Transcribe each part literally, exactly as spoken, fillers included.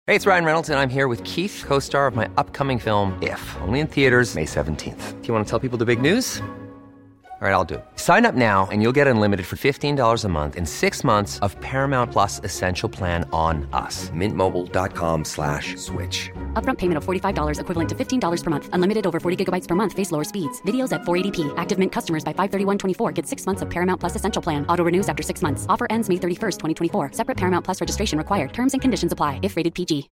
Hey, it's Ryan Reynolds, and I'm here with Keith, co-star of my upcoming film, If, only in theaters May seventeenth. Do you want to tell people the big news? All right, I'll do it. Sign up now and you'll get unlimited for fifteen dollars a month and six months of Paramount Plus Essential Plan on us. Mint Mobile dot com slash switch. Upfront payment of forty-five dollars equivalent to fifteen dollars per month. Unlimited over forty gigabytes per month. Face lower speeds. Videos at four eighty p. Active Mint customers by five thirty-one twenty-four get six months of Paramount Plus Essential Plan. Auto renews after six months. Offer ends May thirty-first, twenty twenty-four. Separate Paramount Plus registration required. Terms and conditions apply if rated P G.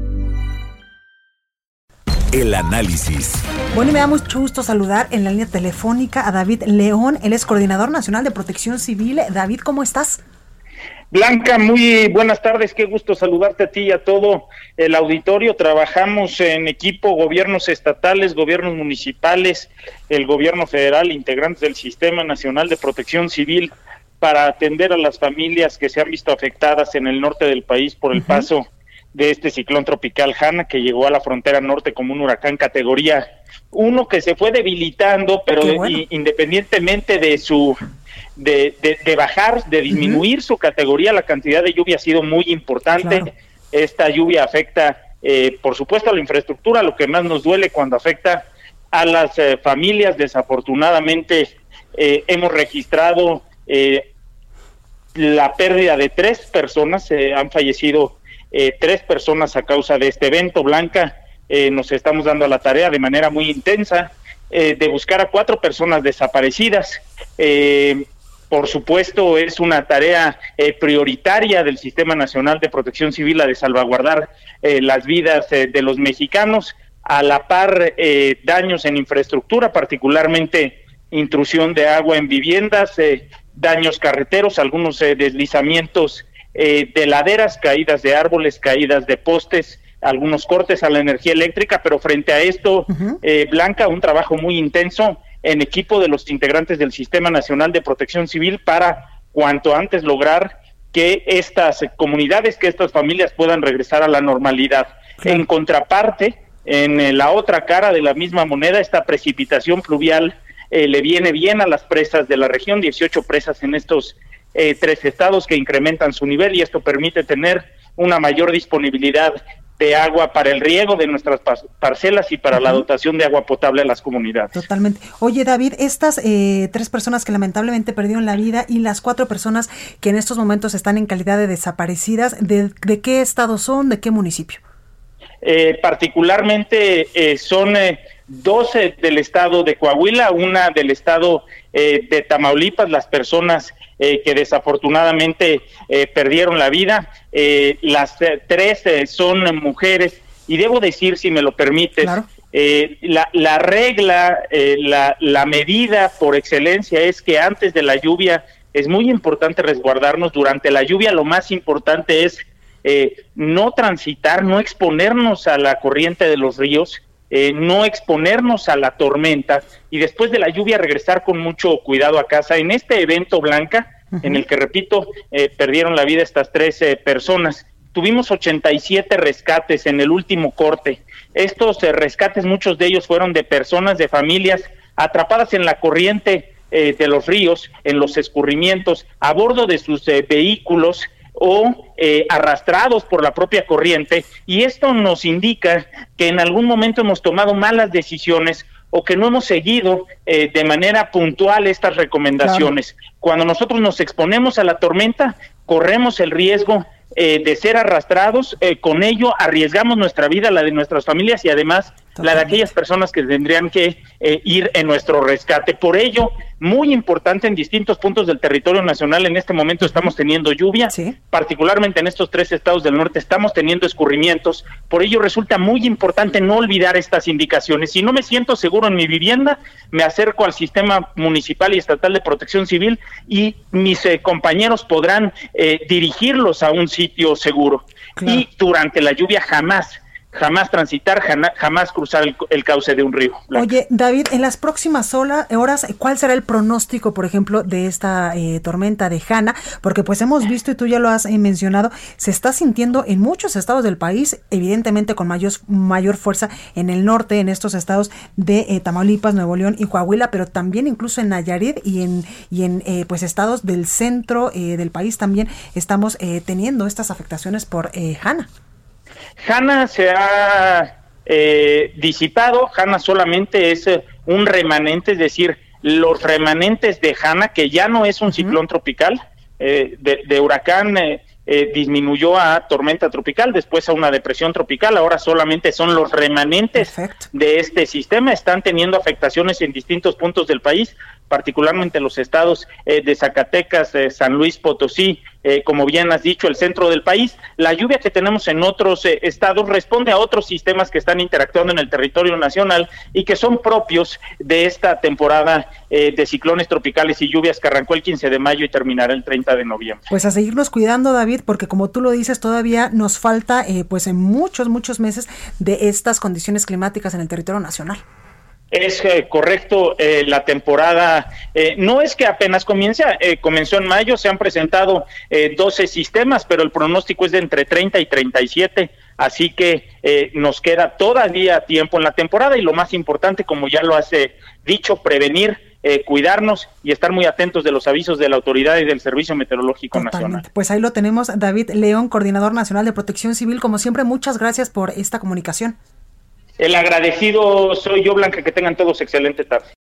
El análisis. Bueno, y me da mucho gusto saludar en la línea telefónica a David León. Él es Coordinador Nacional de Protección Civil. David, ¿cómo estás? Blanca, muy buenas tardes, qué gusto saludarte a ti y a todo el auditorio. Trabajamos en equipo, gobiernos estatales, gobiernos municipales, el gobierno federal, integrantes del Sistema Nacional de Protección Civil, para atender a las familias que se han visto afectadas en el norte del país por el uh-huh. paso de este ciclón tropical Hanna, que llegó a la frontera norte como un huracán categoría uno, que se fue debilitando, pero bueno. de, independientemente de su de, de, de bajar, de disminuir uh-huh. su categoría, la cantidad de lluvia ha sido muy importante. Claro. Esta lluvia afecta, eh, por supuesto, a la infraestructura. Lo que más nos duele cuando afecta a las eh, familias, desafortunadamente, eh, hemos registrado eh, la pérdida de tres personas, eh, han fallecido Eh, tres personas a causa de este evento. Blanca, eh, nos estamos dando a la tarea de manera muy intensa eh, de buscar a cuatro personas desaparecidas. Eh, por supuesto, es una tarea eh, prioritaria del Sistema Nacional de Protección Civil, la de salvaguardar eh, las vidas eh, de los mexicanos, a la par eh, daños en infraestructura, particularmente intrusión de agua en viviendas, eh, daños carreteros, algunos eh, deslizamientos Eh, de laderas, caídas de árboles, caídas de postes, algunos cortes a la energía eléctrica, pero frente a esto, uh-huh. eh, Blanca, un trabajo muy intenso en equipo de los integrantes del Sistema Nacional de Protección Civil para cuanto antes lograr que estas comunidades, que estas familias puedan regresar a la normalidad. Sí. En contraparte, en eh, la otra cara de la misma moneda, esta precipitación pluvial eh, le viene bien a las presas de la región, dieciocho presas en estos Eh, tres estados que incrementan su nivel, y esto permite tener una mayor disponibilidad de agua para el riego de nuestras par- parcelas y para uh-huh. la dotación de agua potable a las comunidades. Totalmente. Oye, David, estas eh, tres personas que lamentablemente perdieron la vida y las cuatro personas que en estos momentos están en calidad de desaparecidas, ¿de, de qué estado son, de qué municipio? Eh, particularmente eh, son eh, dos eh, del estado de Coahuila, una del estado eh, de Tamaulipas, las personas eh, que desafortunadamente eh, perdieron la vida. Eh, las eh, tres eh, son mujeres, y debo decir, si me lo permites, claro. eh, la, la regla, eh, la, la medida por excelencia es que antes de la lluvia es muy importante resguardarnos. Durante la lluvia lo más importante es Eh, no transitar, no exponernos a la corriente de los ríos, eh, no exponernos a la tormenta, y después de la lluvia regresar con mucho cuidado a casa. En este evento, Blanca, uh-huh. en el que, repito, eh, perdieron la vida estas tres eh, personas, tuvimos ochenta y siete rescates en el último corte. Estos eh, rescates, muchos de ellos fueron de personas, de familias atrapadas en la corriente eh, de los ríos, en los escurrimientos, a bordo de sus eh, vehículos, o eh, arrastrados por la propia corriente, y esto nos indica que en algún momento hemos tomado malas decisiones o que no hemos seguido eh, de manera puntual estas recomendaciones. Claro. Cuando nosotros nos exponemos a la tormenta, corremos el riesgo eh, de ser arrastrados, eh, con ello arriesgamos nuestra vida, la de nuestras familias, y además Totalmente. la de aquellas personas que tendrían que eh, ir en nuestro rescate. Por ello, muy importante, en distintos puntos del territorio nacional en este momento estamos teniendo lluvia, ¿sí? particularmente en estos tres estados del norte estamos teniendo escurrimientos. Por ello resulta muy importante no olvidar estas indicaciones. Si no me siento seguro en mi vivienda, me acerco al Sistema Municipal y Estatal de Protección Civil, y mis eh, compañeros podrán eh, dirigirlos a un sitio seguro. Claro. Y durante la lluvia jamás jamás transitar, jamás cruzar el, el cauce de un río. Blanca. Oye, David, en las próximas horas, ¿cuál será el pronóstico, por ejemplo, de esta eh, tormenta de Hanna? Porque pues hemos visto, y tú ya lo has eh, mencionado, se está sintiendo en muchos estados del país, evidentemente con mayor, mayor fuerza en el norte, en estos estados de eh, Tamaulipas, Nuevo León y Coahuila, pero también incluso en Nayarit y en, y en eh, pues estados del centro eh, del país también estamos eh, teniendo estas afectaciones por eh, Hanna. Hanna se ha eh, disipado, Hanna solamente es eh, un remanente, es decir, los remanentes de Hanna, que ya no es un ciclón uh-huh. tropical, eh, de, de huracán eh, eh, disminuyó a tormenta tropical, después a una depresión tropical, ahora solamente son los remanentes Perfecto. de este sistema, están teniendo afectaciones en distintos puntos del país, particularmente los estados eh, de Zacatecas, eh, San Luis Potosí, eh, como bien has dicho, el centro del país. La lluvia que tenemos en otros eh, estados responde a otros sistemas que están interactuando en el territorio nacional y que son propios de esta temporada eh, de ciclones tropicales y lluvias que arrancó el quince de mayo y terminará el treinta de noviembre. Pues a seguirnos cuidando, David, porque como tú lo dices, todavía nos falta eh, pues en muchos, muchos meses de estas condiciones climáticas en el territorio nacional. Es eh, correcto, eh, la temporada eh, no es que apenas comienza, eh, comenzó en mayo, se han presentado eh, doce sistemas, pero el pronóstico es de entre treinta y treinta y siete, así que eh, nos queda todavía tiempo en la temporada y lo más importante, como ya lo has eh, dicho, prevenir, eh, cuidarnos y estar muy atentos de los avisos de la autoridad y del Servicio Meteorológico Totalmente. Nacional. Pues ahí lo tenemos, David León, Coordinador Nacional de Protección Civil, como siempre, muchas gracias por esta comunicación. El agradecido soy yo, Blanca, que tengan todos excelente tarde.